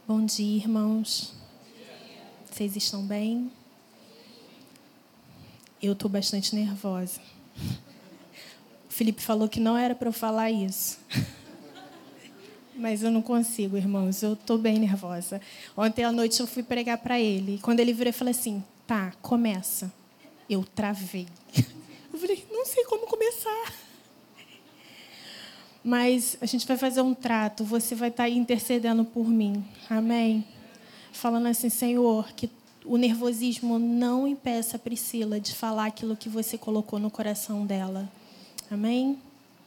Bom dia, irmãos. Vocês estão bem? Eu estou bastante nervosa. O Felipe falou que não era para eu falar isso. Mas eu não consigo, irmãos. Eu estou bem nervosa. Ontem à noite eu fui pregar para ele. E quando ele virou, eu falei assim, tá, começa. Eu travei. Eu falei, não sei como começar. Mas a gente vai fazer um trato. Você vai estar aí intercedendo por mim. Amém? Falando assim, Senhor, que o nervosismo não impeça a Priscila de falar aquilo que você colocou no coração dela. Amém?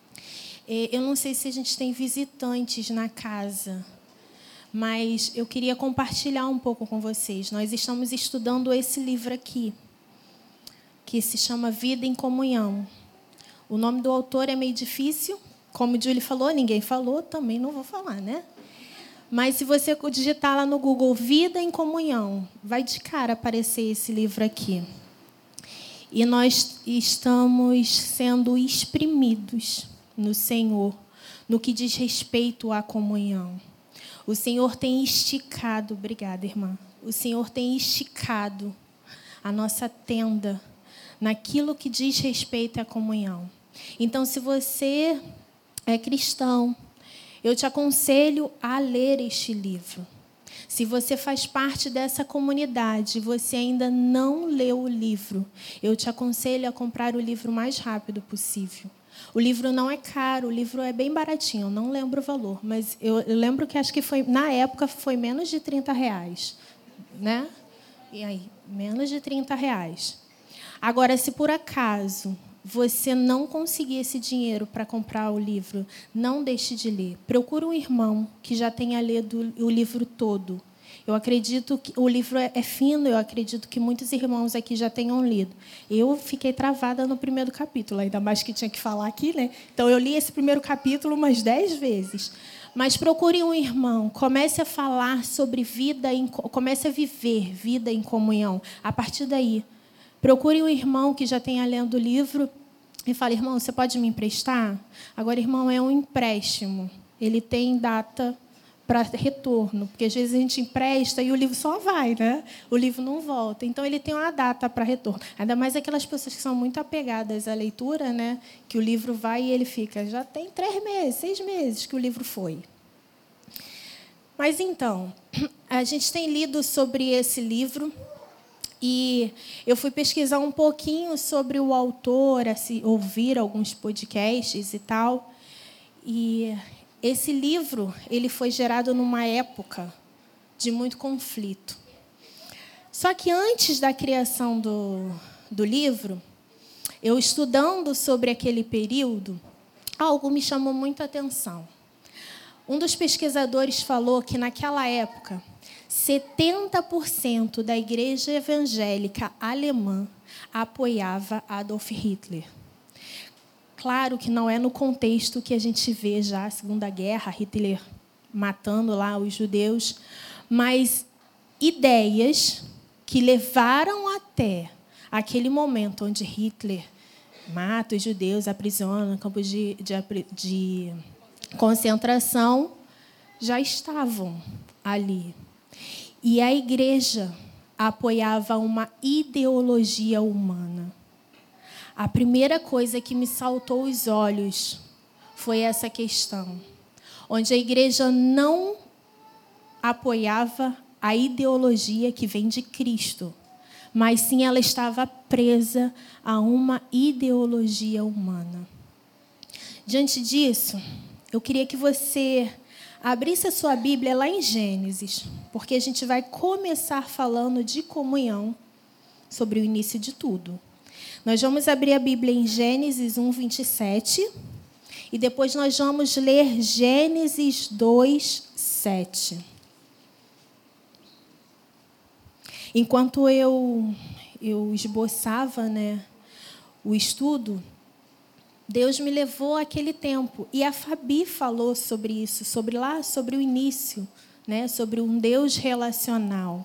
Eu não sei se a gente tem visitantes na casa, mas eu queria compartilhar um pouco com vocês. Nós estamos estudando esse livro aqui, que se chama Vida em Comunhão. O nome do autor é meio difícil. Como o Julie falou, ninguém falou, também não vou falar, né? Mas se você digitar lá no Google Vida em Comunhão, vai de cara aparecer esse livro aqui. E nós estamos sendo exprimidos no Senhor, no que diz respeito à comunhão. O Senhor tem esticado, obrigada, irmã. O Senhor tem esticado a nossa tenda naquilo que diz respeito à comunhão. Então, se você é cristão, eu te aconselho a ler este livro. Se você faz parte dessa comunidade e você ainda não leu o livro, eu te aconselho a comprar o livro o mais rápido possível. O livro não é caro, o livro é bem baratinho, eu não lembro o valor, mas eu lembro que acho que foi, na época foi menos de R$30, né? E aí, menos de R$30. Agora, se por acaso você não conseguir esse dinheiro para comprar o livro, não deixe de ler. Procure um irmão que já tenha lido o livro todo. Eu acredito que o livro é fino, eu acredito que muitos irmãos aqui já tenham lido. Eu fiquei travada no primeiro capítulo, ainda mais que tinha que falar aqui, né? Então, eu li esse primeiro capítulo umas 10 vezes. Mas procure um irmão, comece a falar sobre vida, comece a viver vida em comunhão. A partir daí, procure um irmão que já tenha lendo o livro e fale, irmão, você pode me emprestar? Agora, irmão, é um empréstimo. Ele tem data para retorno, porque às vezes a gente empresta e o livro só vai, né? O livro não volta. Então, ele tem uma data para retorno. Ainda mais aquelas pessoas que são muito apegadas à leitura, né? Que o livro vai e ele fica. Já tem 3 meses, 6 meses que o livro foi. Mas, então, a gente tem lido sobre esse livro. E eu fui pesquisar um pouquinho sobre o autor, assim, ouvir alguns podcasts e tal. E esse livro ele foi gerado numa época de muito conflito. Só que antes da criação do livro, eu estudando sobre aquele período, algo me chamou muito a atenção. Um dos pesquisadores falou que, naquela época, 70% da igreja evangélica alemã apoiava Adolf Hitler. Claro que não é no contexto que a gente vê já a Segunda Guerra, Hitler matando lá os judeus, mas ideias que levaram até aquele momento onde Hitler mata os judeus, aprisiona em campos de concentração, já estavam ali. E a igreja apoiava uma ideologia humana. A primeira coisa que me saltou os olhos foi essa questão, onde a igreja não apoiava a ideologia que vem de Cristo, mas sim ela estava presa a uma ideologia humana. Diante disso, eu queria que você abrisse a sua Bíblia lá em Gênesis, porque a gente vai começar falando de comunhão sobre o início de tudo. Nós vamos abrir a Bíblia em Gênesis 1:27 e depois nós vamos ler Gênesis 2:7. Enquanto eu esboçava, né, o estudo, Deus me levou àquele tempo. E a Fabi falou sobre isso, sobre o início, né? Sobre um Deus relacional.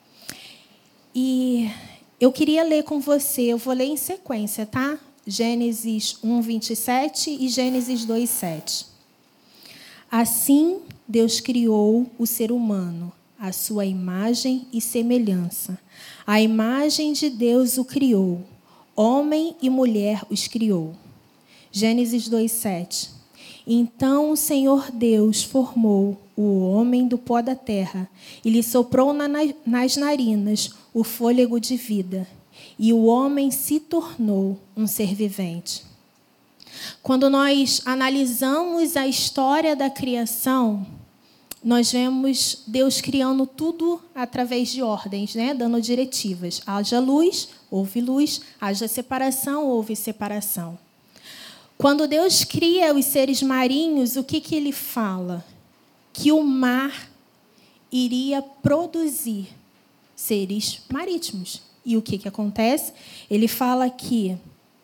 E eu queria ler com você, eu vou ler em sequência, tá? Gênesis 1:27 e Gênesis 2:7. Assim, Deus criou o ser humano, à sua imagem e semelhança. A imagem de Deus o criou. Homem e mulher os criou. Gênesis 2:7. Então o Senhor Deus formou o homem do pó da terra e lhe soprou nas narinas o fôlego de vida. E o homem se tornou um ser vivente. Quando nós analisamos a história da criação, nós vemos Deus criando tudo através de ordens, né? Dando diretivas. Haja luz, houve luz. Haja separação, houve separação. Quando Deus cria os seres marinhos, o que ele fala? Que o mar iria produzir seres marítimos. E o que acontece? Ele fala que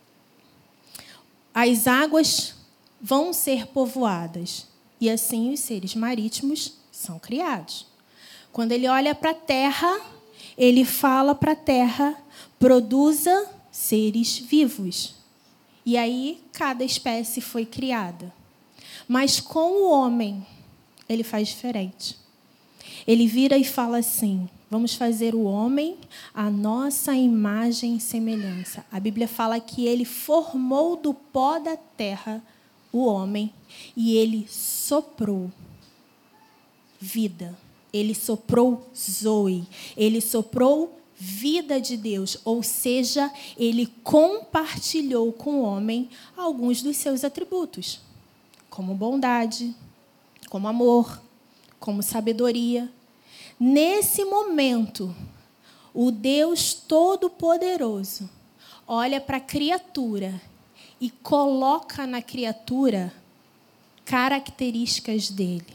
as águas vão ser povoadas. E assim os seres marítimos são criados. Quando ele olha para a terra, ele fala para a terra, produza seres vivos. E aí cada espécie foi criada. Mas com o homem, ele faz diferente. Ele vira e fala assim: vamos fazer o homem à nossa imagem e semelhança. A Bíblia fala que ele formou do pó da terra o homem e ele soprou vida. Ele soprou Zoe. Ele soprou vida de Deus. Ou seja, ele compartilhou com o homem alguns dos seus atributos, como bondade, como amor, como sabedoria. Nesse momento, o Deus Todo-Poderoso olha para a criatura e coloca na criatura características dele.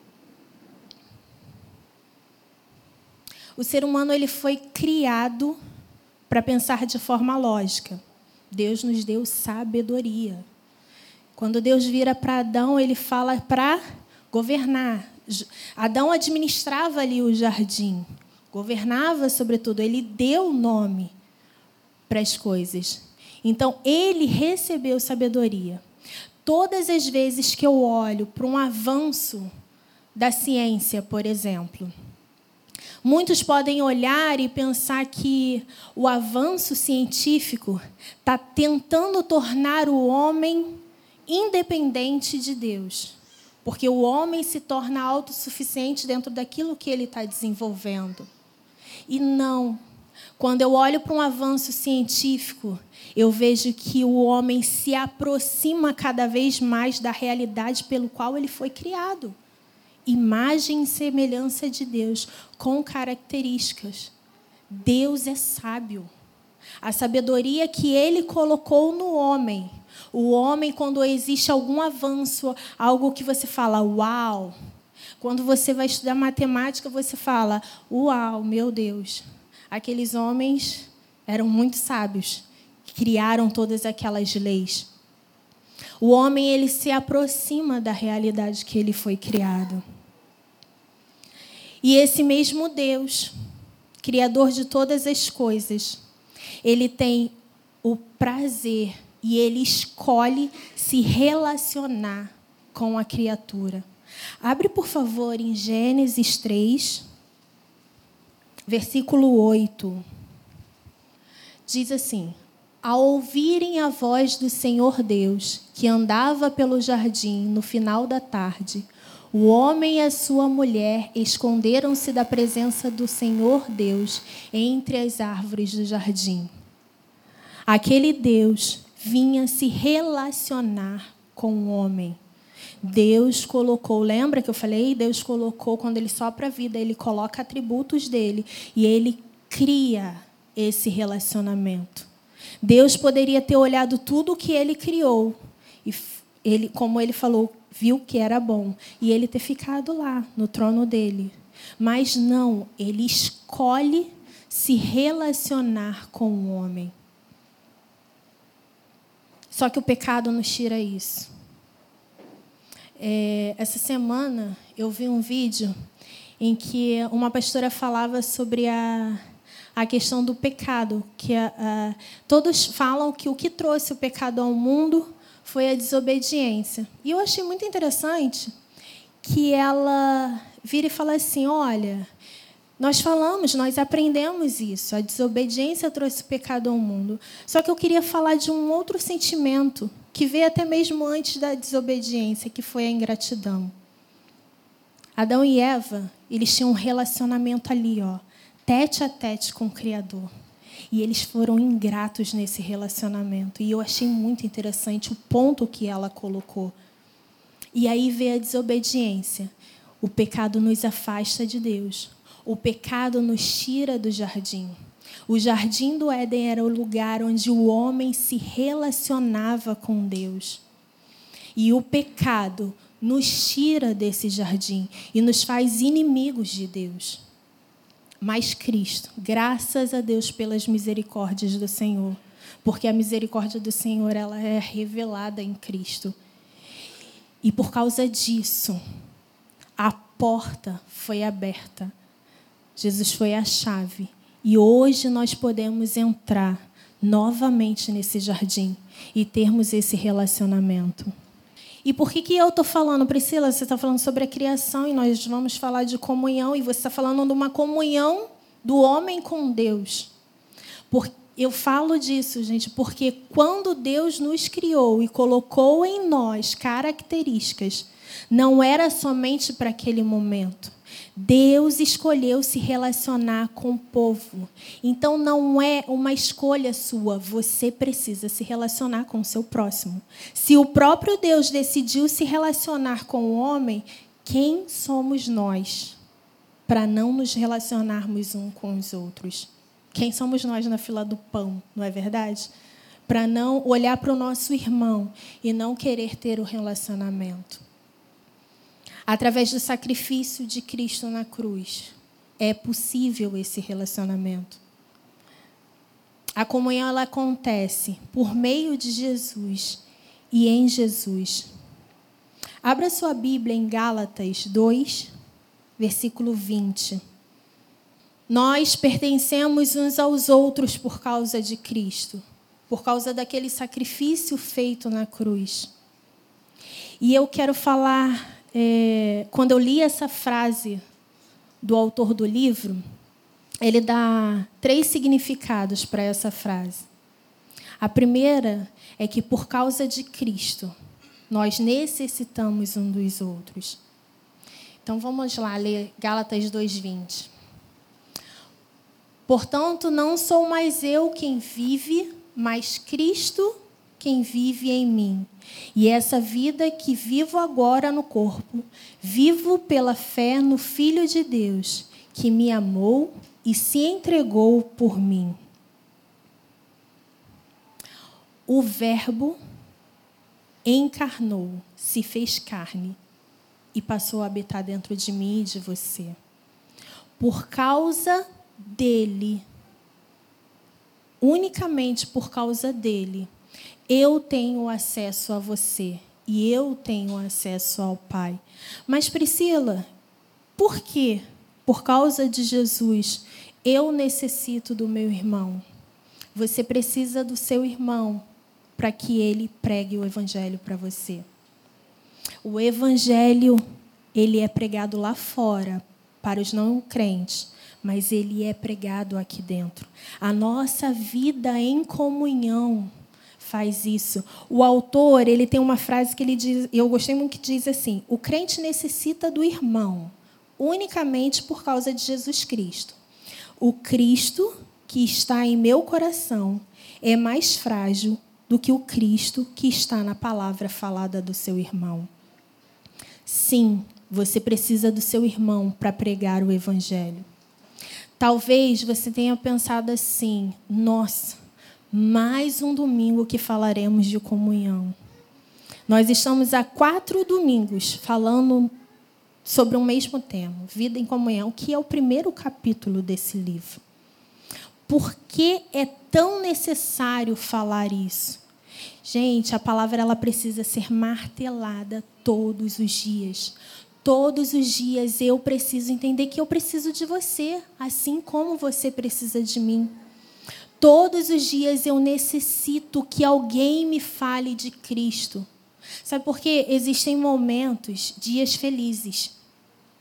O ser humano ele foi criado para pensar de forma lógica. Deus nos deu sabedoria. Quando Deus vira para Adão, ele fala para governar. Adão administrava ali o jardim, governava sobre tudo, ele deu nome para as coisas. Então, ele recebeu sabedoria. Todas as vezes que eu olho para um avanço da ciência, por exemplo, muitos podem olhar e pensar que o avanço científico está tentando tornar o homem independente de Deus. Porque o homem se torna autossuficiente dentro daquilo que ele está desenvolvendo. E não. Quando eu olho para um avanço científico, eu vejo que o homem se aproxima cada vez mais da realidade pelo qual ele foi criado. Imagem e semelhança de Deus, com características. Deus é sábio. A sabedoria que ele colocou no homem. O homem, quando existe algum avanço, algo que você fala, uau. Quando você vai estudar matemática, você fala, uau, meu Deus. Aqueles homens eram muito sábios, criaram todas aquelas leis. O homem, ele se aproxima da realidade que ele foi criado. E esse mesmo Deus, Criador de todas as coisas, ele tem o prazer e ele escolhe se relacionar com a criatura. Abre, por favor, em Gênesis 3, versículo 8. Diz assim: ao ouvirem a voz do Senhor Deus, que andava pelo jardim no final da tarde, o homem e a sua mulher esconderam-se da presença do Senhor Deus entre as árvores do jardim. Aquele Deus vinha se relacionar com o homem. Deus colocou, lembra que eu falei? Deus colocou, quando ele sopra a vida, ele coloca atributos dele e ele cria esse relacionamento. Deus poderia ter olhado tudo o que ele criou e ele, como ele falou, viu que era bom e ele ter ficado lá no trono dele. Mas não, ele escolhe se relacionar com o homem. Só que o pecado nos tira isso. Essa semana eu vi um vídeo em que uma pastora falava sobre a questão do pecado, que todos falam que o que trouxe o pecado ao mundo foi a desobediência. E eu achei muito interessante que ela vira e fala assim: olha, nós aprendemos isso. A desobediência trouxe o pecado ao mundo. Só que eu queria falar de um outro sentimento que veio até mesmo antes da desobediência, que foi a ingratidão. Adão e Eva, eles tinham um relacionamento ali, tete a tete com o Criador. E eles foram ingratos nesse relacionamento. E eu achei muito interessante o ponto que ela colocou. E aí veio a desobediência. O pecado nos afasta de Deus. O pecado nos tira do jardim. O jardim do Éden era o lugar onde o homem se relacionava com Deus. E o pecado nos tira desse jardim e nos faz inimigos de Deus. Mas Cristo, graças a Deus pelas misericórdias do Senhor, porque a misericórdia do Senhor ela é revelada em Cristo. E por causa disso, a porta foi aberta. Jesus foi a chave. E hoje nós podemos entrar novamente nesse jardim e termos esse relacionamento. E por que eu estou falando, Priscila? Você está falando sobre a criação e nós vamos falar de comunhão. E você está falando de uma comunhão do homem com Deus. Eu falo disso, gente, porque quando Deus nos criou e colocou em nós características, não era somente para aquele momento. Deus escolheu se relacionar com o povo. Então, não é uma escolha sua. Você precisa se relacionar com o seu próximo. Se o próprio Deus decidiu se relacionar com o homem, quem somos nós para não nos relacionarmos uns com os outros? Quem somos nós na fila do pão, não é verdade? Para não olhar para o nosso irmão e não querer ter o relacionamento. Através do sacrifício de Cristo na cruz, é possível esse relacionamento. A comunhão ela acontece por meio de Jesus e em Jesus. Abra sua Bíblia em Gálatas 2, versículo 20. Nós pertencemos uns aos outros por causa de Cristo, por causa daquele sacrifício feito na cruz. E eu quero falar... quando eu li essa frase do autor do livro, ele dá 3 significados para essa frase. A primeira é que, por causa de Cristo, nós necessitamos uns dos outros. Então, vamos lá ler Gálatas 2:20. Portanto, não sou mais eu quem vive, mas Cristo quem vive em mim. E essa vida que vivo agora no corpo, vivo pela fé no Filho de Deus, que me amou e se entregou por mim. O Verbo encarnou, se fez carne e passou a habitar dentro de mim e de você. Por causa dele, unicamente por causa dele, eu tenho acesso a você e eu tenho acesso ao Pai. Mas, Priscila, por quê? Por causa de Jesus, eu necessito do meu irmão. Você precisa do seu irmão para que ele pregue o Evangelho para você. O Evangelho, ele é pregado lá fora para os não crentes, mas ele é pregado aqui dentro. A nossa vida em comunhão faz isso. O autor, ele tem uma frase que ele diz, eu gostei muito, que diz assim: o crente necessita do irmão unicamente por causa de Jesus Cristo. O Cristo que está em meu coração é mais frágil do que o Cristo que está na palavra falada do seu irmão. Sim, você precisa do seu irmão para pregar o Evangelho. Talvez você tenha pensado assim: nossa, mais um domingo que falaremos de comunhão. Nós estamos há 4 domingos falando sobre o mesmo tema, vida em comunhão, que é o primeiro capítulo desse livro. Por que é tão necessário falar isso? Gente, a palavra ela precisa ser martelada todos os dias. Todos os dias eu preciso entender que eu preciso de você, assim como você precisa de mim. Todos os dias eu necessito que alguém me fale de Cristo. Sabe por quê? Existem momentos, dias felizes.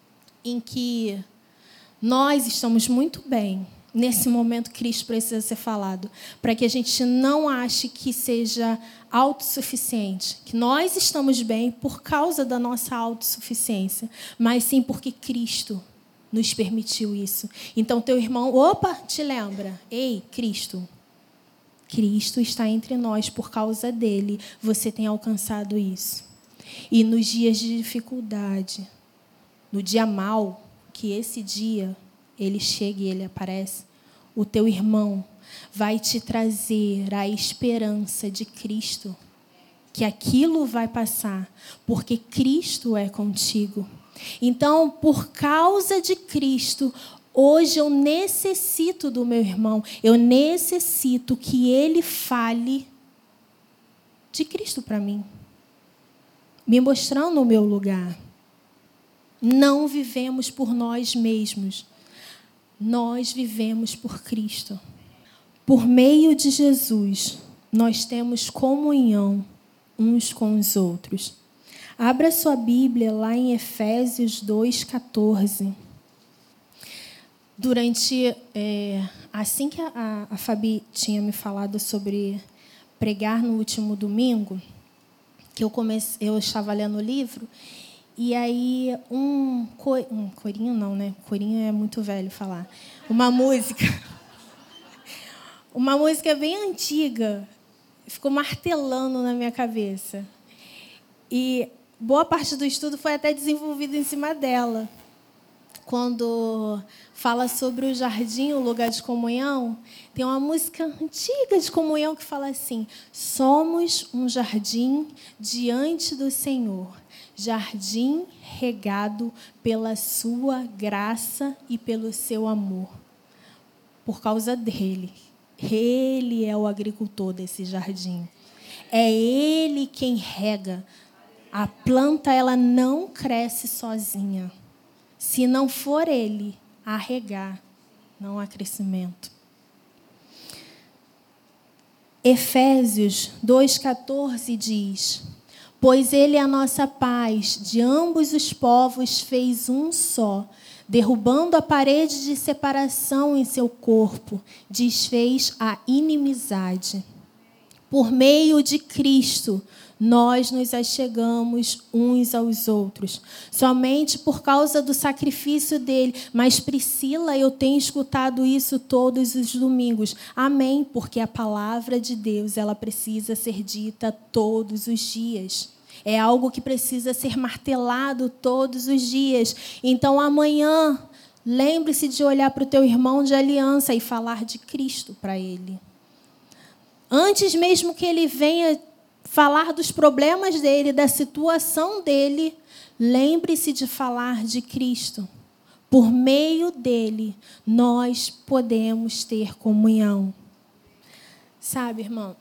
em que nós estamos muito bem. Nesse momento, Cristo precisa ser falado, para que a gente não ache que seja autossuficiente, que nós estamos bem por causa da nossa autossuficiência, mas sim porque Cristo nos permitiu isso. Então, teu irmão, te lembra. Ei, Cristo está entre nós, por causa dele, você tem alcançado isso. E nos dias de dificuldade, no dia mau, que esse dia ele chega e ele aparece, o teu irmão vai te trazer a esperança de Cristo, que aquilo vai passar, porque Cristo é contigo. Então, por causa de Cristo, hoje eu necessito do meu irmão, eu necessito que ele fale de Cristo para mim, me mostrando o meu lugar. Não vivemos por nós mesmos. Nós vivemos por Cristo. Por meio de Jesus, nós temos comunhão uns com os outros. Abra sua Bíblia lá em Efésios 2,14. Assim que a Fabi tinha me falado sobre pregar no último domingo, que eu estava lendo o livro, e aí um corinho não, né? Corinho é muito velho falar. Uma música bem antiga ficou martelando na minha cabeça. E boa parte do estudo foi até desenvolvido em cima dela. Quando fala sobre o jardim, o lugar de comunhão, tem uma música antiga de comunhão que fala assim: somos um jardim diante do Senhor, jardim regado pela sua graça e pelo seu amor. Por causa dele. Ele é o agricultor desse jardim. É ele quem rega. A planta, ela não cresce sozinha. Se não for ele a regar, não há crescimento. Efésios 2,14 diz: pois ele é a nossa paz, de ambos os povos fez um só, derrubando a parede de separação em seu corpo, desfez a inimizade. Por meio de Cristo, nós nos achegamos uns aos outros, somente por causa do sacrifício dele. Mas, Priscila, eu tenho escutado isso todos os domingos. Amém, porque a palavra de Deus, ela precisa ser dita todos os dias. É algo que precisa ser martelado todos os dias. Então, amanhã, lembre-se de olhar para o teu irmão de aliança e falar de Cristo para ele. Antes mesmo que ele venha falar dos problemas dele, da situação dele, lembre-se de falar de Cristo. Por meio dele, nós podemos ter comunhão. Sabe, irmão,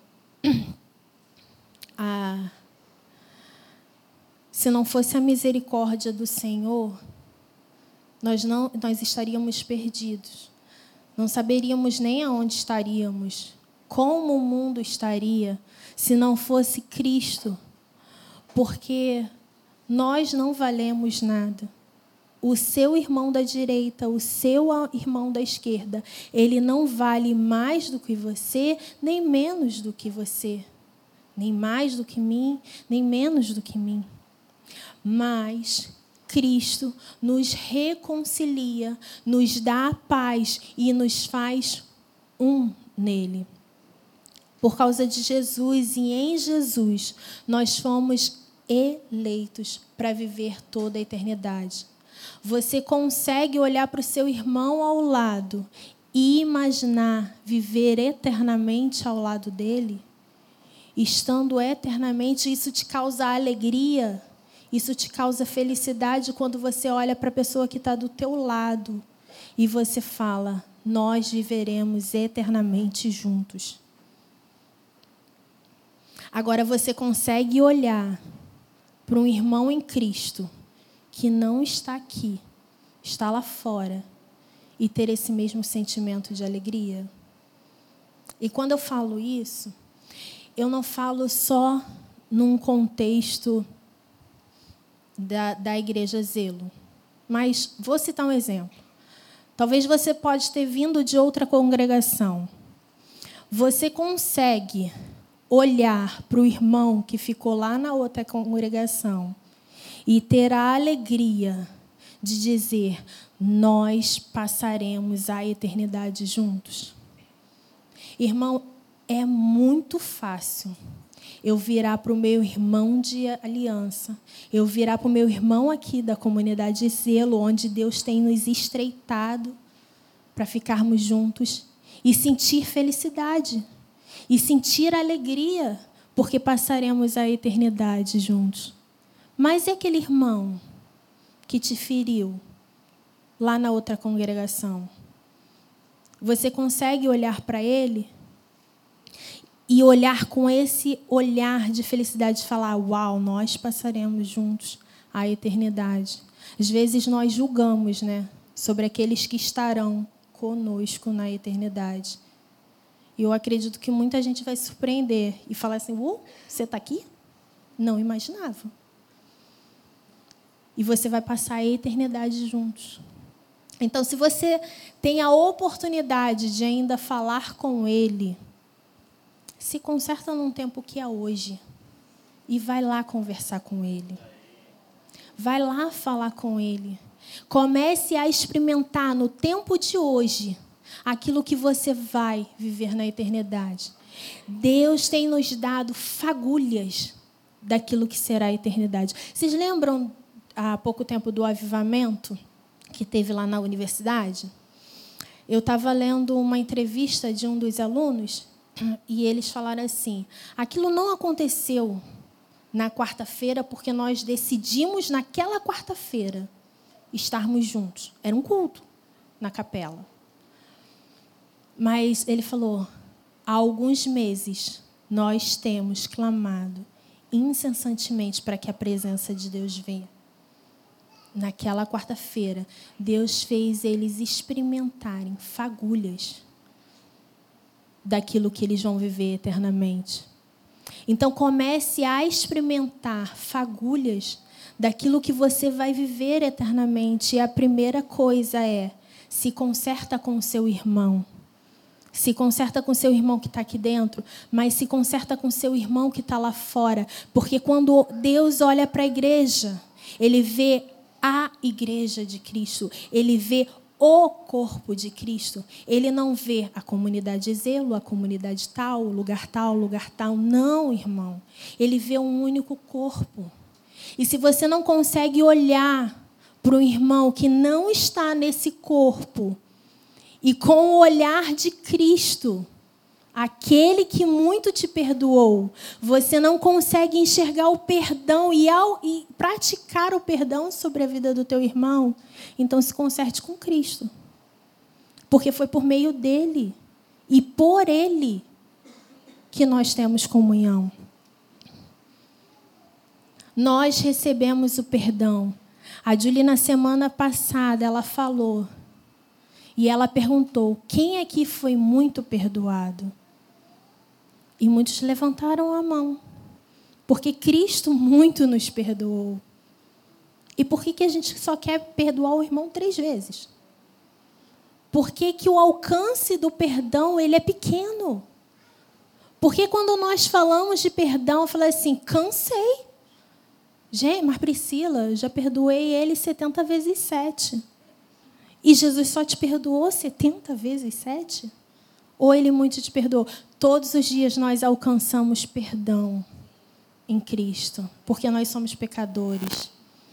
se não fosse a misericórdia do Senhor, nós estaríamos perdidos. Não saberíamos nem aonde estaríamos, como o mundo estaria, se não fosse Cristo, porque nós não valemos nada. O seu irmão da direita, o seu irmão da esquerda, ele não vale mais do que você, nem menos do que você. Nem mais do que mim, nem menos do que mim. Mas Cristo nos reconcilia, nos dá a paz e nos faz um nele. Por causa de Jesus e em Jesus, nós fomos eleitos para viver toda a eternidade. Você consegue olhar para o seu irmão ao lado e imaginar viver eternamente ao lado dele? Estando eternamente, isso te causa alegria, isso te causa felicidade quando você olha para a pessoa que está do teu lado e você fala: nós viveremos eternamente juntos. Agora você consegue olhar para um irmão em Cristo que não está aqui, está lá fora, e ter esse mesmo sentimento de alegria? E quando eu falo isso, eu não falo só num contexto da Igreja Zelo. Mas vou citar um exemplo. Talvez você pode ter vindo de outra congregação. Você consegue olhar para o irmão que ficou lá na outra congregação e ter a alegria de dizer: nós passaremos a eternidade juntos? Irmão, é muito fácil eu virar para o meu irmão de aliança, eu virar para o meu irmão aqui da comunidade de Zelo, onde Deus tem nos estreitado para ficarmos juntos, e sentir felicidade, e sentir alegria, porque passaremos a eternidade juntos. Mas e aquele irmão que te feriu lá na outra congregação? Você consegue olhar para ele e olhar com esse olhar de felicidade e falar: uau, nós passaremos juntos a eternidade. Às vezes nós julgamos, né, sobre aqueles que estarão conosco na eternidade. E eu acredito que muita gente vai se surpreender e falar assim: você está aqui? Não imaginava. E você vai passar a eternidade juntos. Então, se você tem a oportunidade de ainda falar com ele, se conserta num tempo que é hoje e vai lá conversar com ele. Vai lá falar com ele. Comece a experimentar no tempo de hoje aquilo que você vai viver na eternidade. Deus tem nos dado fagulhas daquilo que será a eternidade. Vocês lembram, há pouco tempo, do avivamento que teve lá na universidade? Eu estava lendo uma entrevista de um dos alunos e eles falaram assim: aquilo não aconteceu na quarta-feira porque nós decidimos naquela quarta-feira estarmos juntos. Era um culto na capela. Mas ele falou: há alguns meses nós temos clamado incessantemente para que a presença de Deus venha. Naquela quarta-feira, Deus fez eles experimentarem fagulhas daquilo que eles vão viver eternamente. Então, comece a experimentar fagulhas daquilo que você vai viver eternamente. E a primeira coisa é: se conserta com o seu irmão. Se conserta com o seu irmão que está aqui dentro, mas se conserta com o seu irmão que está lá fora. Porque quando Deus olha para a igreja, Ele vê a igreja de Cristo, Ele vê o corpo de Cristo. Ele não vê a comunidade de Zelo, a comunidade tal, lugar tal, lugar tal. Não, irmão. Ele vê um único corpo. E se você não consegue olhar para um irmão que não está nesse corpo e com o olhar de Cristo, aquele que muito te perdoou, você não consegue enxergar o perdão e praticar o perdão sobre a vida do teu irmão, então se conserte com Cristo. Porque foi por meio dele e por ele que nós temos comunhão. Nós recebemos o perdão. A Julie, na semana passada, ela falou e ela perguntou: quem aqui foi muito perdoado? E muitos levantaram a mão, porque Cristo muito nos perdoou. E por que a gente só quer perdoar o irmão 3 vezes? Por que o alcance do perdão ele é pequeno? Porque quando nós falamos de perdão, eu falei assim: cansei. Gente, mas Priscila, já perdoei ele 70 vezes 7. E Jesus só te perdoou 70 vezes 7? Ou ele muito te perdoou? Todos os dias nós alcançamos perdão em Cristo, porque nós somos pecadores.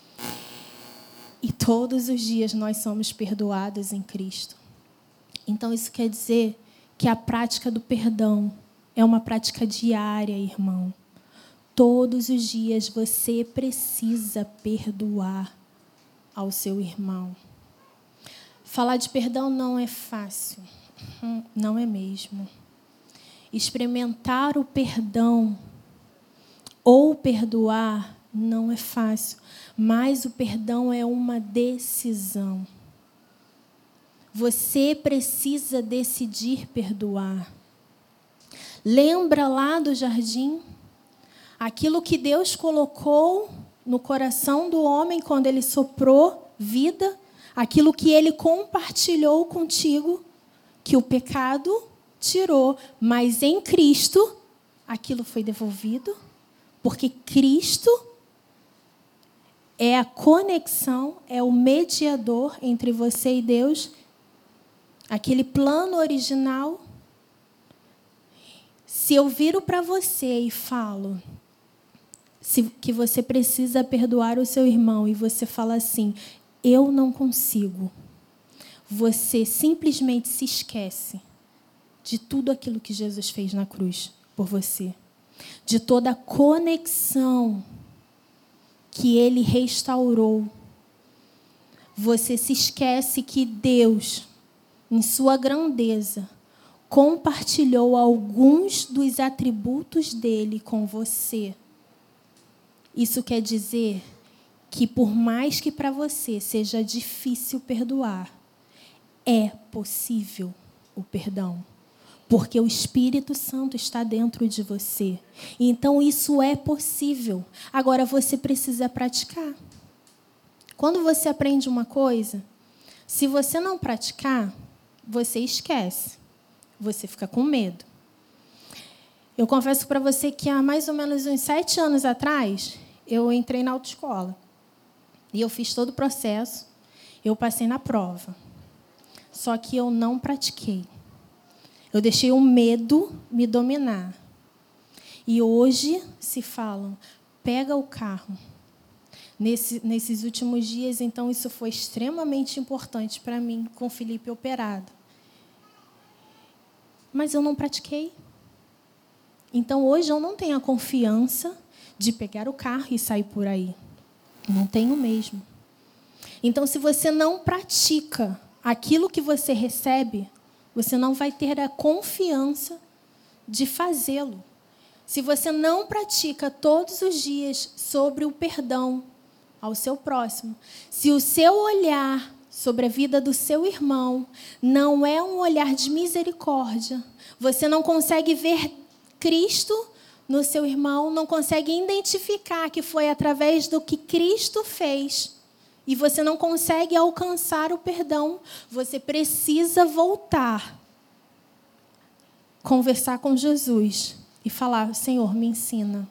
E todos os dias nós somos perdoados em Cristo. Então isso quer dizer que a prática do perdão é uma prática diária, irmão. Todos os dias você precisa perdoar ao seu irmão. Falar de perdão não é fácil. Não é mesmo. Experimentar o perdão ou perdoar não é fácil, mas o perdão é uma decisão. Você precisa decidir perdoar. Lembra lá do jardim? Aquilo que Deus colocou no coração do homem quando ele soprou vida, aquilo que Ele compartilhou contigo, que o pecado tirou, mas em Cristo aquilo foi devolvido, porque Cristo é a conexão, é o mediador entre você e Deus, aquele plano original. Se eu viro para você e falo que você precisa perdoar o seu irmão e você fala assim, eu não consigo, você simplesmente se esquece de tudo aquilo que Jesus fez na cruz por você, de toda a conexão que Ele restaurou. Você se esquece que Deus, em sua grandeza, compartilhou alguns dos atributos dele com você. Isso quer dizer que, por mais que para você seja difícil perdoar, é possível o perdão. Porque o Espírito Santo está dentro de você. Então, isso é possível. Agora, você precisa praticar. Quando você aprende uma coisa, se você não praticar, você esquece. Você fica com medo. Eu confesso para você que há mais ou menos uns 7 anos atrás, eu entrei na autoescola. E eu fiz todo o processo. Eu passei na prova. Só que eu não pratiquei. Eu deixei o medo me dominar. E hoje se falam, pega o carro. Nesses últimos dias, então, isso foi extremamente importante para mim, com o Felipe operado. Mas eu não pratiquei. Então, hoje eu não tenho a confiança de pegar o carro e sair por aí. Não tenho mesmo. Então, se você não pratica aquilo que você recebe, você não vai ter a confiança de fazê-lo. Se você não pratica todos os dias sobre o perdão ao seu próximo, se o seu olhar sobre a vida do seu irmão não é um olhar de misericórdia, você não consegue ver Cristo no seu irmão, não consegue identificar que foi através do que Cristo fez, e você não consegue alcançar o perdão, você precisa voltar, conversar com Jesus e falar, Senhor, me ensina.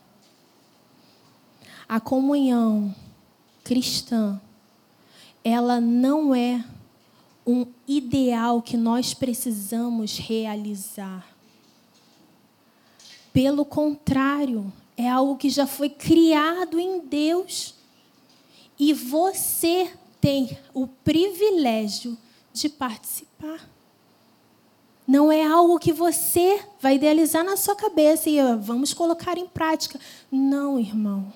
A comunhão cristã, ela não é um ideal que nós precisamos realizar. Pelo contrário, é algo que já foi criado em Deus. E você tem o privilégio de participar. Não é algo que você vai idealizar na sua cabeça e vamos colocar em prática. Não, irmão.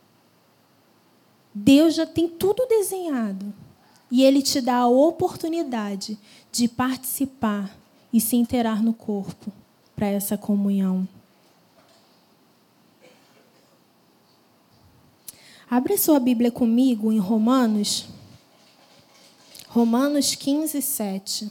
Deus já tem tudo desenhado. E Ele te dá a oportunidade de participar e se inteirar no corpo para essa comunhão. Abre sua Bíblia comigo em Romanos 15, 7.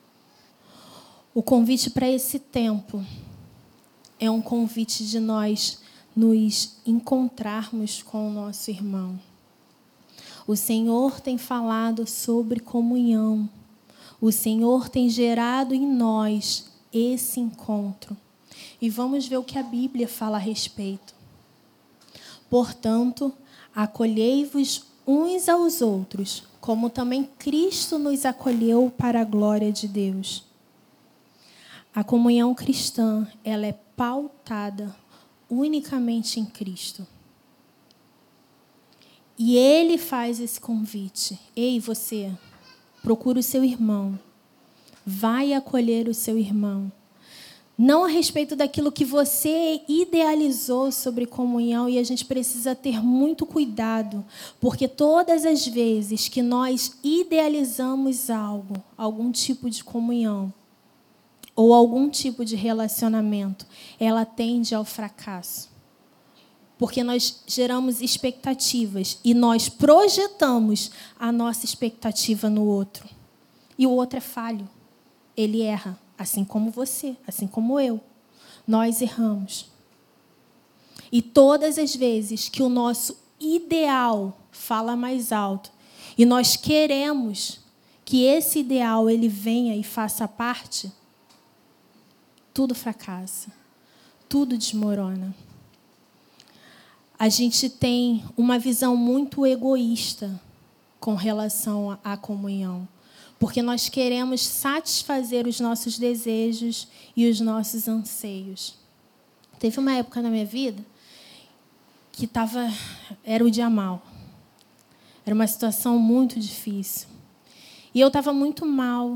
O convite para esse tempo é um convite de nós nos encontrarmos com o nosso irmão. O Senhor tem falado sobre comunhão. O Senhor tem gerado em nós esse encontro. E vamos ver o que a Bíblia fala a respeito. Portanto, acolhei-vos uns aos outros, como também Cristo nos acolheu para a glória de Deus. A comunhão cristã, ela é pautada unicamente em Cristo. E Ele faz esse convite. Ei, você, procura o seu irmão. Vai acolher o seu irmão. Não a respeito daquilo que você idealizou sobre comunhão, e a gente precisa ter muito cuidado, porque todas as vezes que nós idealizamos algo, algum tipo de comunhão, ou algum tipo de relacionamento, ela tende ao fracasso. Porque nós geramos expectativas e nós projetamos a nossa expectativa no outro. E o outro é falho, ele erra. Assim como você, assim como eu. Nós erramos. E todas as vezes que o nosso ideal fala mais alto e nós queremos que esse ideal ele venha e faça parte, tudo fracassa, tudo desmorona. A gente tem uma visão muito egoísta com relação à comunhão, porque nós queremos satisfazer os nossos desejos e os nossos anseios. Teve uma época na minha vida que era o dia mal. Era uma situação muito difícil. E eu estava muito mal.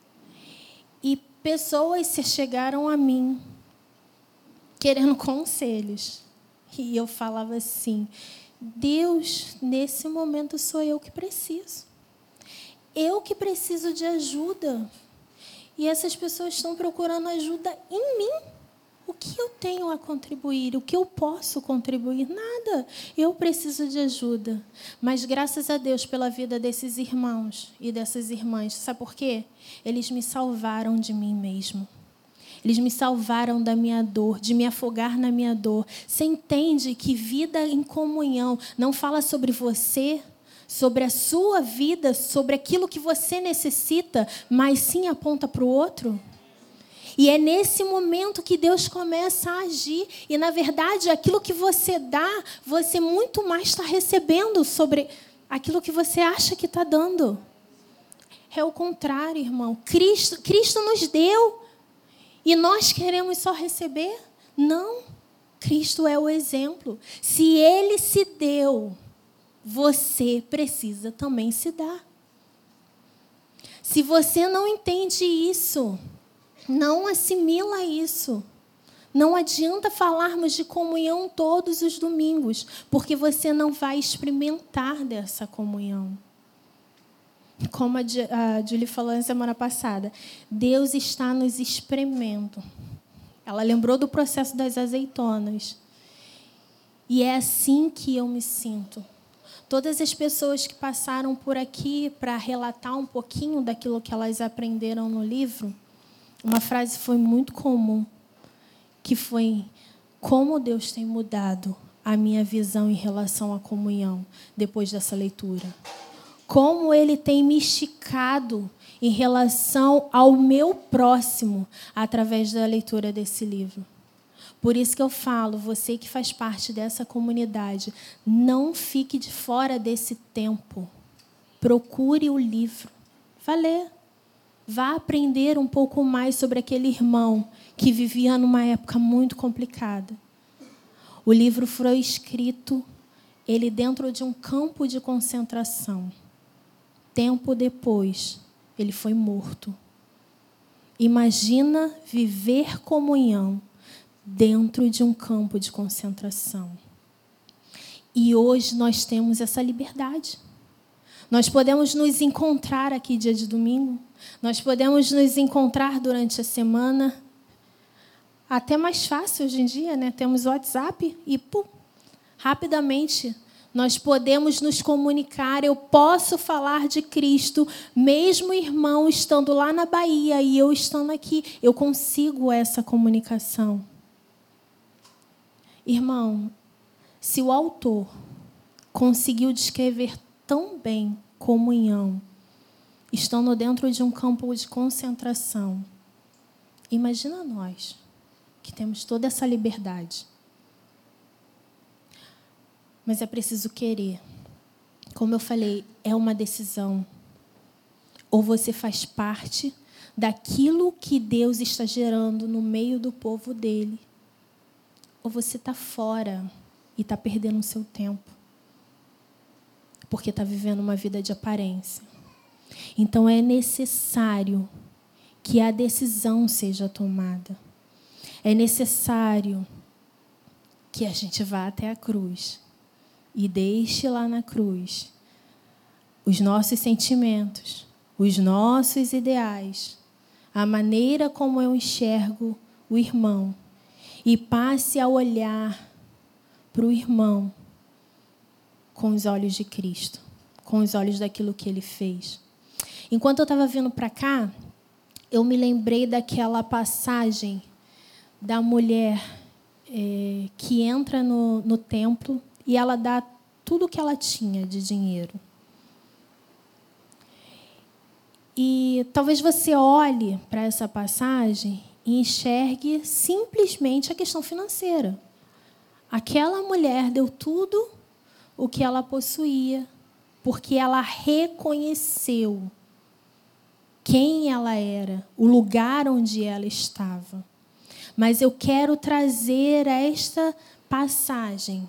E pessoas se chegaram a mim querendo conselhos. E eu falava assim: Deus, nesse momento sou eu que preciso. Eu que preciso de ajuda. E essas pessoas estão procurando ajuda em mim. O que eu tenho a contribuir? O que eu posso contribuir? Nada. Eu preciso de ajuda. Mas graças a Deus pela vida desses irmãos e dessas irmãs. Sabe por quê? Eles me salvaram de mim mesmo. Eles me salvaram da minha dor, de me afogar na minha dor. Você entende que vida em comunhão não fala sobre você, sobre a sua vida, sobre aquilo que você necessita, mas sim aponta para o outro? E é nesse momento que Deus começa a agir. E, na verdade, aquilo que você dá, você muito mais está recebendo sobre aquilo que você acha que está dando. É o contrário, irmão. Cristo nos deu. E nós queremos só receber? Não. Cristo é o exemplo. Se Ele se deu, você precisa também se dar. Se você não entende isso, não assimila isso. Não adianta falarmos de comunhão todos os domingos, porque você não vai experimentar dessa comunhão. Como a Julie falou na semana passada, Deus está nos espremendo. Ela lembrou do processo das azeitonas. E é assim que eu me sinto. Todas as pessoas que passaram por aqui para relatar um pouquinho daquilo que elas aprenderam no livro, uma frase foi muito comum, que foi: como Deus tem mudado a minha visão em relação à comunhão depois dessa leitura. Como Ele tem me esticado em relação ao meu próximo através da leitura desse livro. Por isso que eu falo, você que faz parte dessa comunidade, não fique de fora desse tempo. Procure o livro. Vá ler. Vá aprender um pouco mais sobre aquele irmão que vivia numa época muito complicada. O livro foi escrito, ele dentro de um campo de concentração. Tempo depois, ele foi morto. Imagina viver comunhão dentro de um campo de concentração. E hoje nós temos essa liberdade. Nós podemos nos encontrar aqui dia de domingo. Nós podemos nos encontrar durante a semana. Até mais fácil hoje em dia, né? Temos o WhatsApp e, rapidamente, nós podemos nos comunicar. Eu posso falar de Cristo, mesmo o irmão estando lá na Bahia e eu estando aqui. Eu consigo essa comunicação. Irmão, se o autor conseguiu descrever tão bem comunhão, estando dentro de um campo de concentração, imagina nós, que temos toda essa liberdade. Mas é preciso querer. Como eu falei, é uma decisão. Ou você faz parte daquilo que Deus está gerando no meio do povo dele, ou você está fora e está perdendo o seu tempo, porque está vivendo uma vida de aparência. Então, é necessário que a decisão seja tomada. É necessário que a gente vá até a cruz e deixe lá na cruz os nossos sentimentos, os nossos ideais, a maneira como eu enxergo o irmão, e passe a olhar para o irmão com os olhos de Cristo, com os olhos daquilo que Ele fez. Enquanto eu estava vindo para cá, eu me lembrei daquela passagem da mulher que entra no templo e ela dá tudo o que ela tinha de dinheiro. E talvez você olhe para essa passagem e enxergue simplesmente a questão financeira. Aquela mulher deu tudo o que ela possuía, porque ela reconheceu quem ela era, o lugar onde ela estava. Mas eu quero trazer esta passagem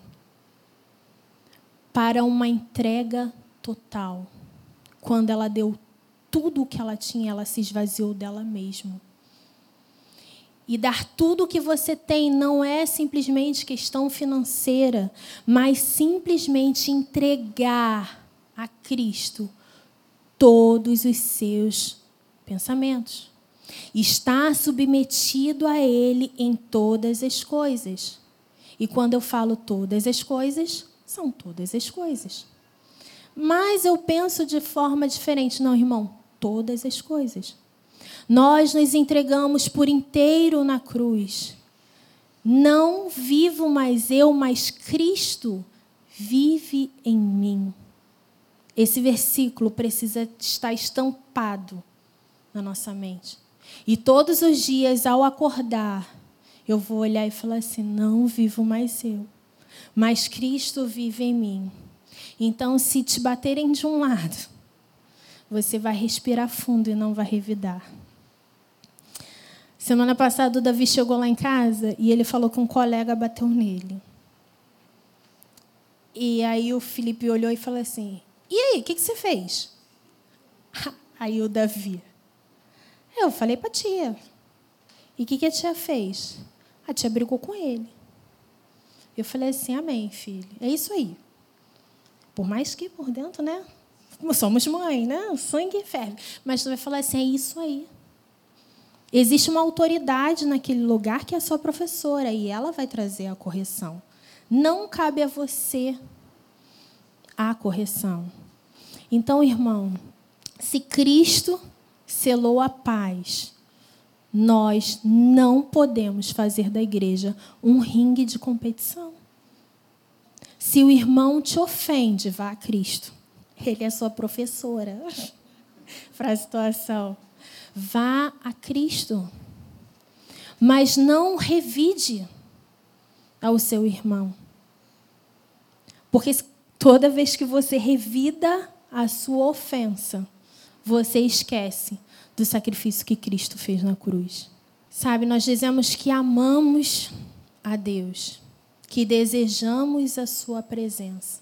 para uma entrega total. Quando ela deu tudo o que ela tinha, ela se esvaziou dela mesma. E dar tudo o que você tem não é simplesmente questão financeira, mas simplesmente entregar a Cristo todos os seus pensamentos. Estar submetido a Ele em todas as coisas. E quando eu falo todas as coisas, são todas as coisas. Mas eu penso de forma diferente. Não, irmão, todas as coisas. Nós nos entregamos por inteiro na cruz. Não vivo mais eu, mas Cristo vive em mim. Esse versículo precisa estar estampado na nossa mente. E todos os dias, ao acordar, eu vou olhar e falar assim, não vivo mais eu, mas Cristo vive em mim. Então, se te baterem de um lado, você vai respirar fundo e não vai revidar. Semana passada, o Davi chegou lá em casa e ele falou que um colega bateu nele. E aí o Felipe olhou e falou assim, e aí, o que você fez? Aí o Davi, eu falei para a tia. E o que a tia fez? A tia brigou com ele. Eu falei assim, amém, filho. É isso aí. Por mais que por dentro, né? Somos mãe, né? O sangue ferve. Mas tu vai falar assim, é isso aí. Existe uma autoridade naquele lugar que é a sua professora e ela vai trazer a correção. Não cabe a você a correção. Então, irmão, se Cristo selou a paz, nós não podemos fazer da igreja um ringue de competição. Se o irmão te ofende, vá a Cristo. Ele é sua professora para a situação. Vá a Cristo. Mas não revide ao seu irmão. Porque toda vez que você revida a sua ofensa, você esquece do sacrifício que Cristo fez na cruz. Sabe, nós dizemos que amamos a Deus, que desejamos a sua presença.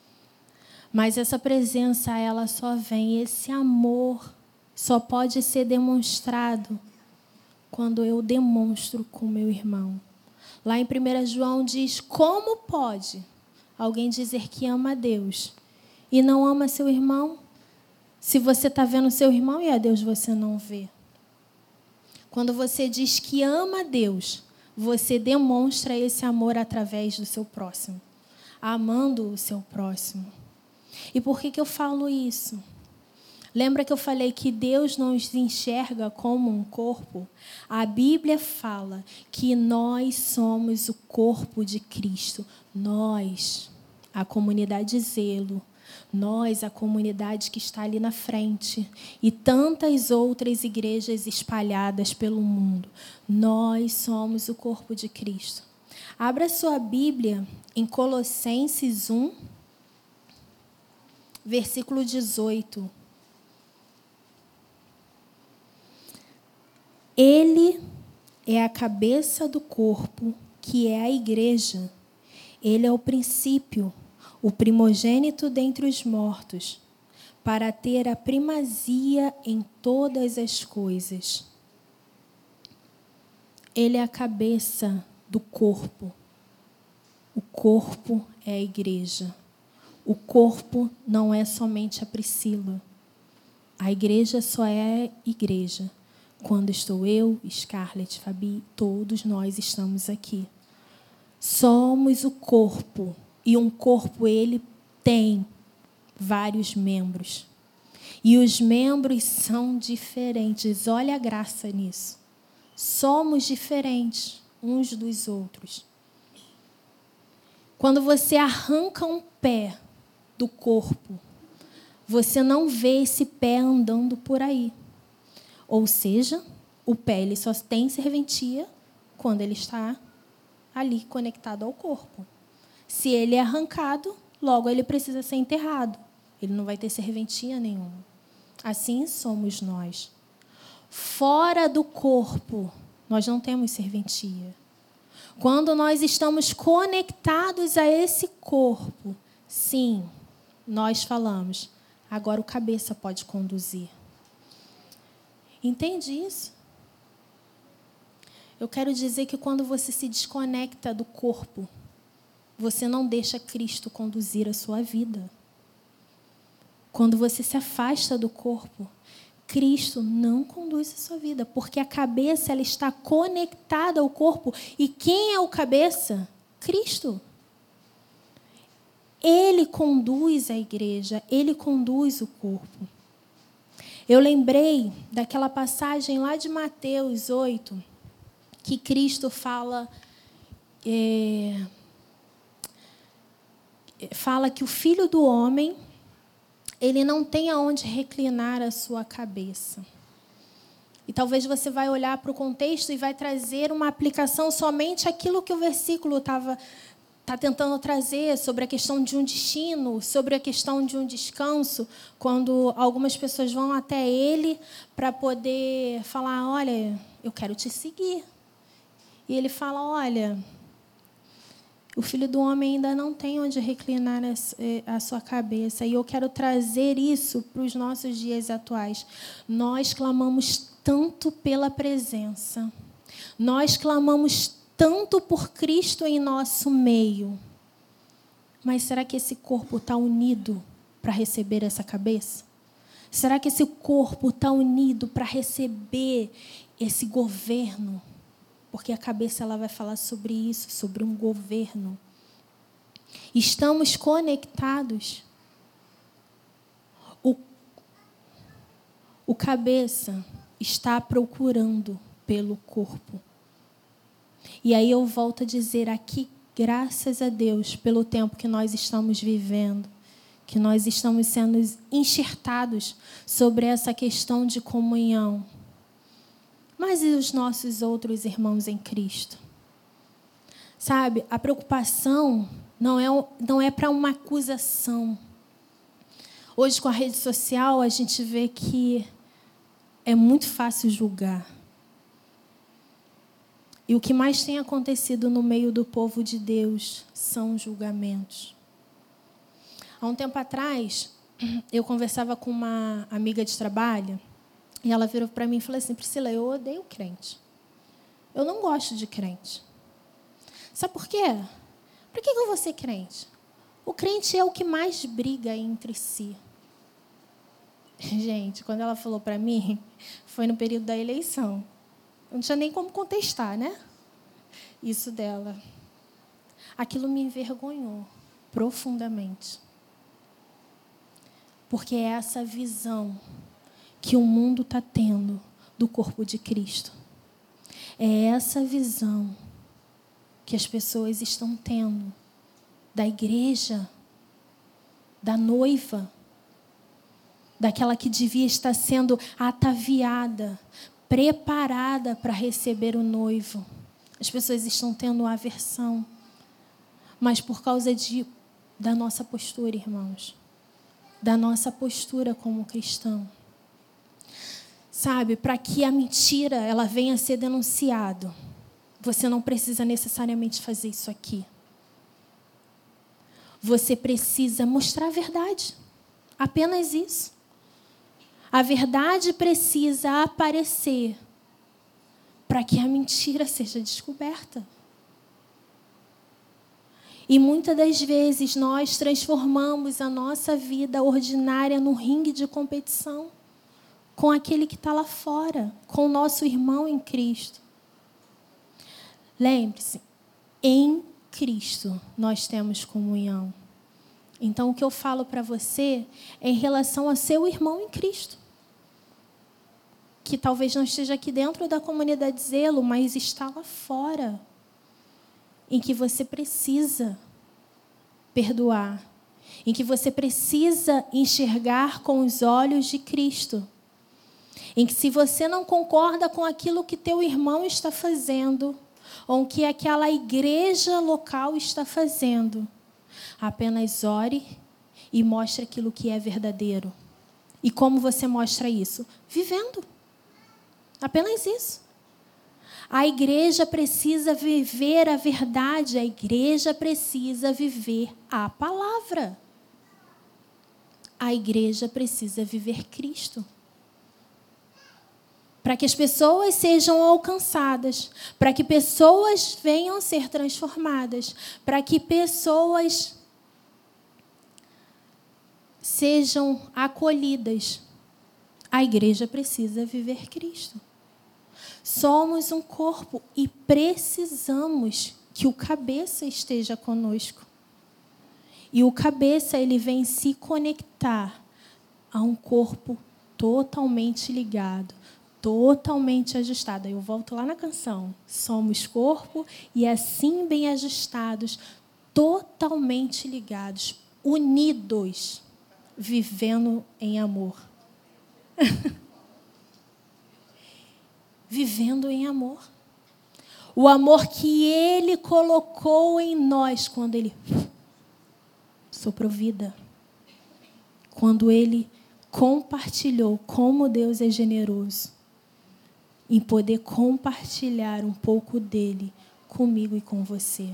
Mas essa presença, ela só vem, esse amor só pode ser demonstrado quando eu demonstro com meu irmão. Lá em 1 João diz, como pode alguém dizer que ama a Deus e não ama seu irmão? Se você está vendo seu irmão e a Deus você não vê. Quando você diz que ama a Deus, você demonstra esse amor através do seu próximo, amando o seu próximo. E por que eu falo isso? Lembra que eu falei que Deus não nos enxerga como um corpo? A Bíblia fala que nós somos o corpo de Cristo. Nós, a comunidade Zelo, nós, a comunidade que está ali na frente, e tantas outras igrejas espalhadas pelo mundo. Nós somos o corpo de Cristo. Abra sua Bíblia em Colossenses 1, versículo 18. Ele é a cabeça do corpo, que é a igreja. Ele é o princípio, o primogênito dentre os mortos, para ter a primazia em todas as coisas. Ele é a cabeça do corpo. O corpo é a igreja. O corpo não é somente a Priscila. A igreja só é igreja quando estou eu, Scarlett, Fabi, todos nós estamos aqui. Somos o corpo. E um corpo, ele tem vários membros. E os membros são diferentes. Olha a graça nisso. Somos diferentes uns dos outros. Quando você arranca um pé do corpo, você não vê esse pé andando por aí. Ou seja, o pé ele só tem serventia quando ele está ali conectado ao corpo. Se ele é arrancado, logo ele precisa ser enterrado. Ele não vai ter serventia nenhuma. Assim somos nós. Fora do corpo, nós não temos serventia. Quando nós estamos conectados a esse corpo, sim, nós falamos, agora o cabeça pode conduzir. Entende isso? Eu quero dizer que quando você se desconecta do corpo, você não deixa Cristo conduzir a sua vida. Quando você se afasta do corpo, Cristo não conduz a sua vida, porque a cabeça ela está conectada ao corpo. E quem é o cabeça? Cristo. Ele conduz a igreja, ele conduz o corpo. Eu lembrei daquela passagem lá de Mateus 8, que Cristo fala que o Filho do Homem ele não tem aonde reclinar a sua cabeça. E talvez você vai olhar para o contexto e vai trazer uma aplicação somente aquilo que o versículo está tentando trazer sobre a questão de um destino, sobre a questão de um descanso, quando algumas pessoas vão até ele para poder falar, olha, eu quero te seguir. E ele fala, olha, o Filho do Homem ainda não tem onde reclinar a sua cabeça. E eu quero trazer isso para os nossos dias atuais. Nós clamamos tanto pela presença. Nós clamamos tanto por Cristo em nosso meio. Mas será que esse corpo está unido para receber essa cabeça? Será que esse corpo está unido para receber esse governo? Porque a cabeça ela vai falar sobre isso, sobre um governo. Estamos conectados. O cabeça está procurando pelo corpo. E aí eu volto a dizer aqui, graças a Deus, pelo tempo que nós estamos vivendo, que nós estamos sendo enxertados sobre essa questão de comunhão. Mas e os nossos outros irmãos em Cristo? Sabe, a preocupação não é para uma acusação. Hoje, com a rede social, a gente vê que é muito fácil julgar. E o que mais tem acontecido no meio do povo de Deus são julgamentos. Há um tempo atrás, eu conversava com uma amiga de trabalho, e ela virou para mim e falou assim, Priscila, eu odeio crente. Eu não gosto de crente. Sabe por quê? Por que eu vou ser crente? O crente é o que mais briga entre si. Gente, quando ela falou para mim, foi no período da eleição. Não tinha nem como contestar, né? Isso dela. Aquilo me envergonhou profundamente. Porque é essa visão que o mundo está tendo do corpo de Cristo. É essa visão que as pessoas estão tendo da igreja, da noiva, daquela que devia estar sendo ataviada, preparada para receber o noivo. As pessoas estão tendo aversão, mas por causa da nossa postura, irmãos, da nossa postura como cristão. Sabe, para que a mentira ela venha a ser denunciada, você não precisa necessariamente fazer isso aqui. Você precisa mostrar a verdade. Apenas isso. A verdade precisa aparecer para que a mentira seja descoberta. E muitas das vezes nós transformamos a nossa vida ordinária num ringue de competição com aquele que está lá fora, com o nosso irmão em Cristo. Lembre-se, em Cristo nós temos comunhão. Então, o que eu falo para você é em relação a seu irmão em Cristo, que talvez não esteja aqui dentro da comunidade Zelo, mas está lá fora, em que você precisa perdoar, em que você precisa enxergar com os olhos de Cristo, em que se você não concorda com aquilo que teu irmão está fazendo, ou que aquela igreja local está fazendo, apenas ore e mostre aquilo que é verdadeiro. E como você mostra isso? Vivendo. Apenas isso. A igreja precisa viver a verdade, a igreja precisa viver a palavra. A igreja precisa viver Cristo. Para que as pessoas sejam alcançadas, para que pessoas venham a ser transformadas, para que pessoas sejam acolhidas. A igreja precisa viver Cristo. Somos um corpo e precisamos que o cabeça esteja conosco. E o cabeça, ele vem se conectar a um corpo totalmente ligado, totalmente ajustado. Eu volto lá na canção. Somos corpo e assim bem ajustados, totalmente ligados, unidos, vivendo em amor. Vivendo em amor. O amor que Ele colocou em nós quando Ele soprou vida. Quando Ele compartilhou como Deus é generoso em poder compartilhar um pouco dele comigo e com você.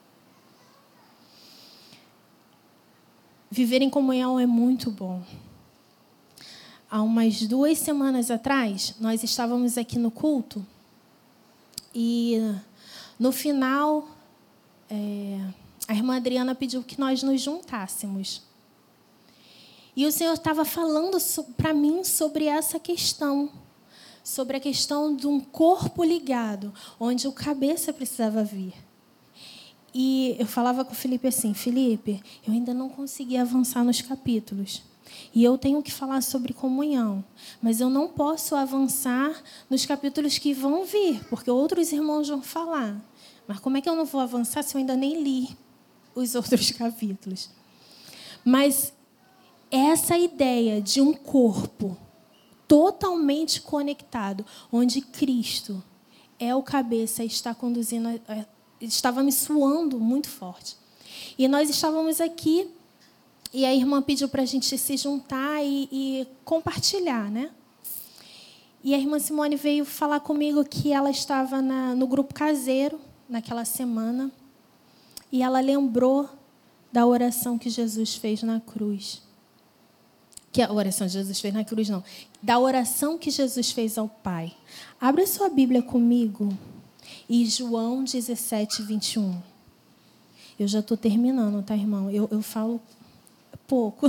Viver em comunhão é muito bom. Há umas 2 semanas atrás, nós estávamos aqui no culto e, no final, a irmã Adriana pediu que nós nos juntássemos. E o Senhor estava falando para mim sobre essa questão, sobre a questão de um corpo ligado, onde o cabeça precisava vir. E eu falava com o Felipe assim, Felipe, eu ainda não consegui avançar nos capítulos. E eu tenho que falar sobre comunhão, mas eu não posso avançar nos capítulos que vão vir, porque outros irmãos vão falar. Mas como é que eu não vou avançar se eu ainda nem li os outros capítulos? Mas essa ideia de um corpo totalmente conectado, onde Cristo é o cabeça, está conduzindo, estava me suando muito forte. E nós estávamos aqui, e a irmã pediu para a gente se juntar e compartilhar, né? E a irmã Simone veio falar comigo que ela estava no grupo caseiro, naquela semana, e ela lembrou da oração que Jesus fez na cruz. Que a oração que Jesus fez na cruz, não. Da oração que Jesus fez ao Pai. Abra sua Bíblia comigo, em João 17, 21. Eu já estou terminando, tá, irmão? Eu falo pouco.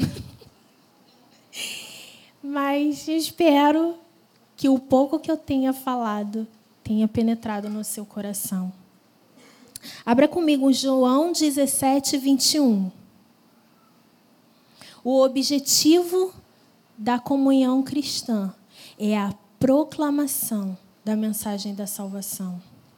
Mas espero que o pouco que eu tenha falado tenha penetrado no seu coração. Abra comigo João 17, 21. O objetivo da comunhão cristã é a proclamação da mensagem da salvação.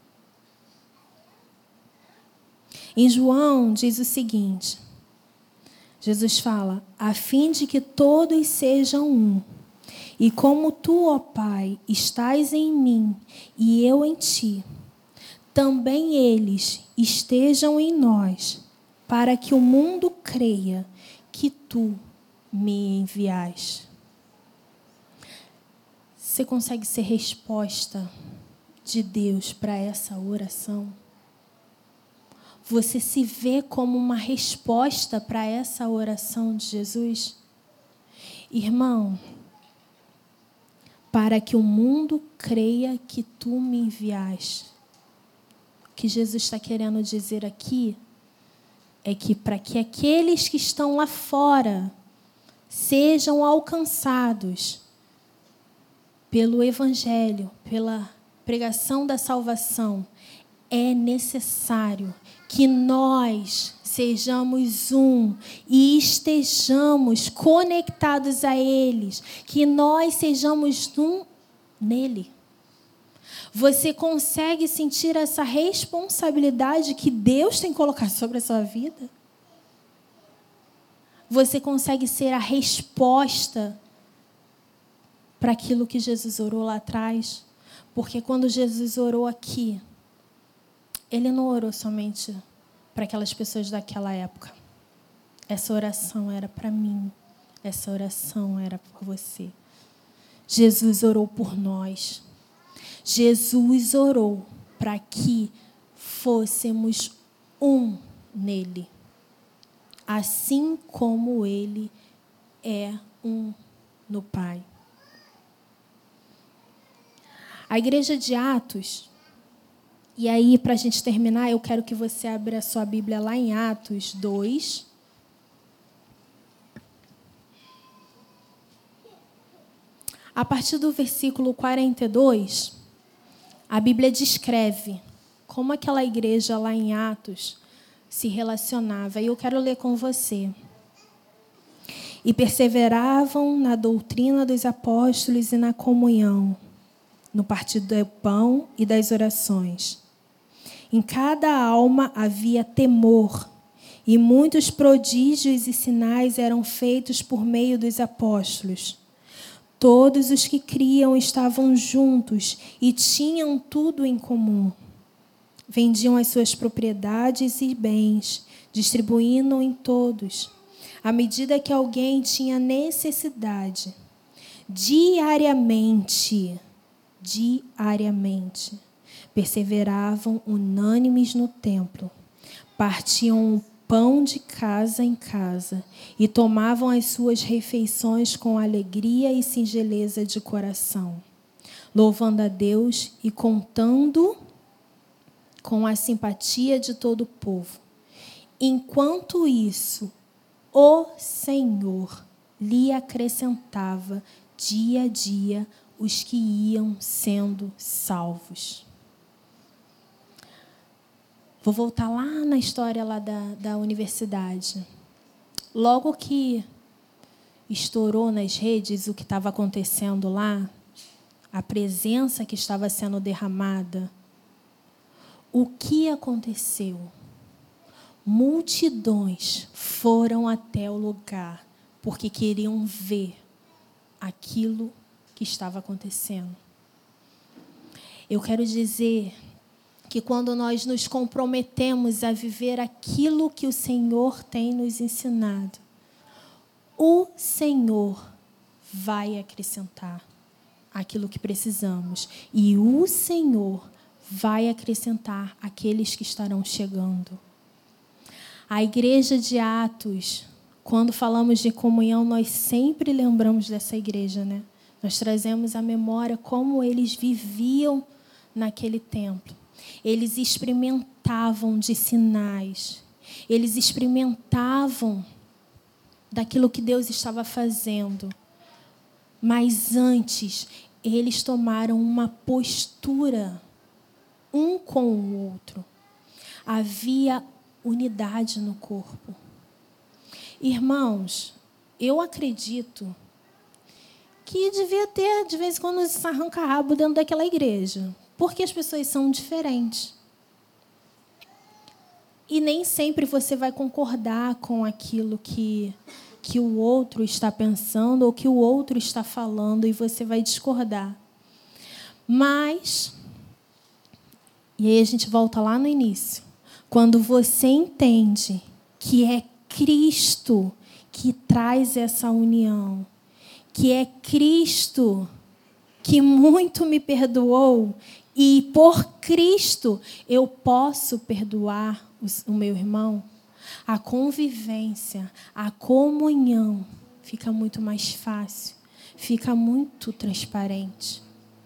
Em João diz o seguinte, Jesus fala, a fim de que todos sejam um, e como tu, ó Pai, estás em mim e eu em ti, também eles estejam em nós, para que o mundo creia que tu me enviaste. Você consegue ser resposta de Deus para essa oração? Você se vê como uma resposta para essa oração de Jesus? Irmão, para que o mundo creia que tu me enviaste. O que Jesus está querendo dizer aqui é que para que aqueles que estão lá fora sejam alcançados pelo Evangelho, pela pregação da salvação, é necessário que nós sejamos um e estejamos conectados a eles, que nós sejamos um nele. Você consegue sentir essa responsabilidade que Deus tem colocado sobre a sua vida? você consegue ser a resposta para aquilo que Jesus orou lá atrás? Porque quando Jesus orou aqui, Ele não orou somente para aquelas pessoas daquela época. Essa oração era para mim. Essa oração era por você. Jesus orou por nós. Jesus orou para que fôssemos um nele. Assim como Ele é um no Pai. A igreja de Atos, e aí, para a gente terminar, eu quero que você abra a sua Bíblia lá em Atos 2. A partir do versículo 42, a Bíblia descreve como aquela igreja lá em Atos se relacionava. E eu quero ler com você. E perseveravam na doutrina dos apóstolos e na comunhão, no partir do pão e das orações. Em cada alma havia temor, e muitos prodígios e sinais eram feitos por meio dos apóstolos. Todos os que criam estavam juntos e tinham tudo em comum. Vendiam as suas propriedades e bens, distribuindo em todos, à medida que alguém tinha necessidade. Diariamente, perseveravam unânimes no templo, partiam o pão de casa em casa e tomavam as suas refeições com alegria e singeleza de coração, louvando a Deus e contando com a simpatia de todo o povo. Enquanto isso, o Senhor lhe acrescentava dia a dia os que iam sendo salvos. Vou voltar lá na história lá da universidade. Logo que estourou nas redes o que estava acontecendo lá, a presença que estava sendo derramada, o que aconteceu? Multidões foram até o lugar porque queriam ver aquilo que estava acontecendo. Eu quero dizer que quando nós nos comprometemos a viver aquilo que o Senhor tem nos ensinado, o Senhor vai acrescentar aquilo que precisamos. E o Senhor vai acrescentar aqueles que estarão chegando. A igreja de Atos, quando falamos de comunhão, nós sempre lembramos dessa igreja, né? Nós trazemos à memória como eles viviam naquele templo. Eles experimentavam de sinais. Eles experimentavam daquilo que Deus estava fazendo. Mas antes, eles tomaram uma postura um com o outro. Havia unidade no corpo. Irmãos, eu acredito que devia ter, de vez em quando, esse arranca-rabo dentro daquela igreja. Porque as pessoas são diferentes. E nem sempre você vai concordar com aquilo que o outro está pensando ou que o outro está falando, e você vai discordar. Mas, e aí a gente volta lá no início, quando você entende que é Cristo que traz essa união, que é Cristo que muito me perdoou, e por Cristo eu posso perdoar o meu irmão, a convivência, a comunhão fica muito mais fácil, fica muito transparente.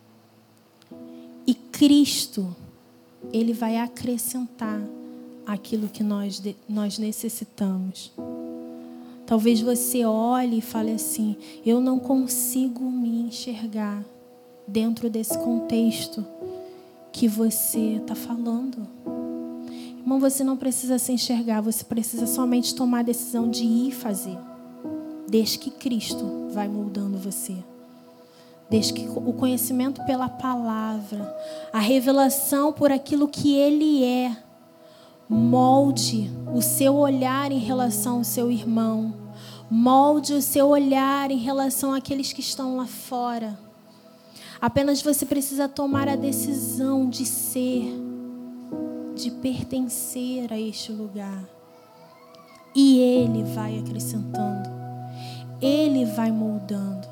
E Cristo, Ele vai acrescentar aquilo que nós necessitamos. Talvez você olhe e fale assim: eu não consigo me enxergar dentro desse contexto que você está falando. Irmão, você não precisa se enxergar, você precisa somente tomar a decisão de ir fazer. Desde que Cristo vai moldando você. Desde que o conhecimento pela palavra, a revelação por aquilo que Ele molde o seu olhar em relação ao seu irmão, Molde o seu olhar em relação àqueles que estão lá fora. Apenas você precisa tomar a decisão de ser, de pertencer a este lugar. E Ele vai acrescentando. Ele vai moldando.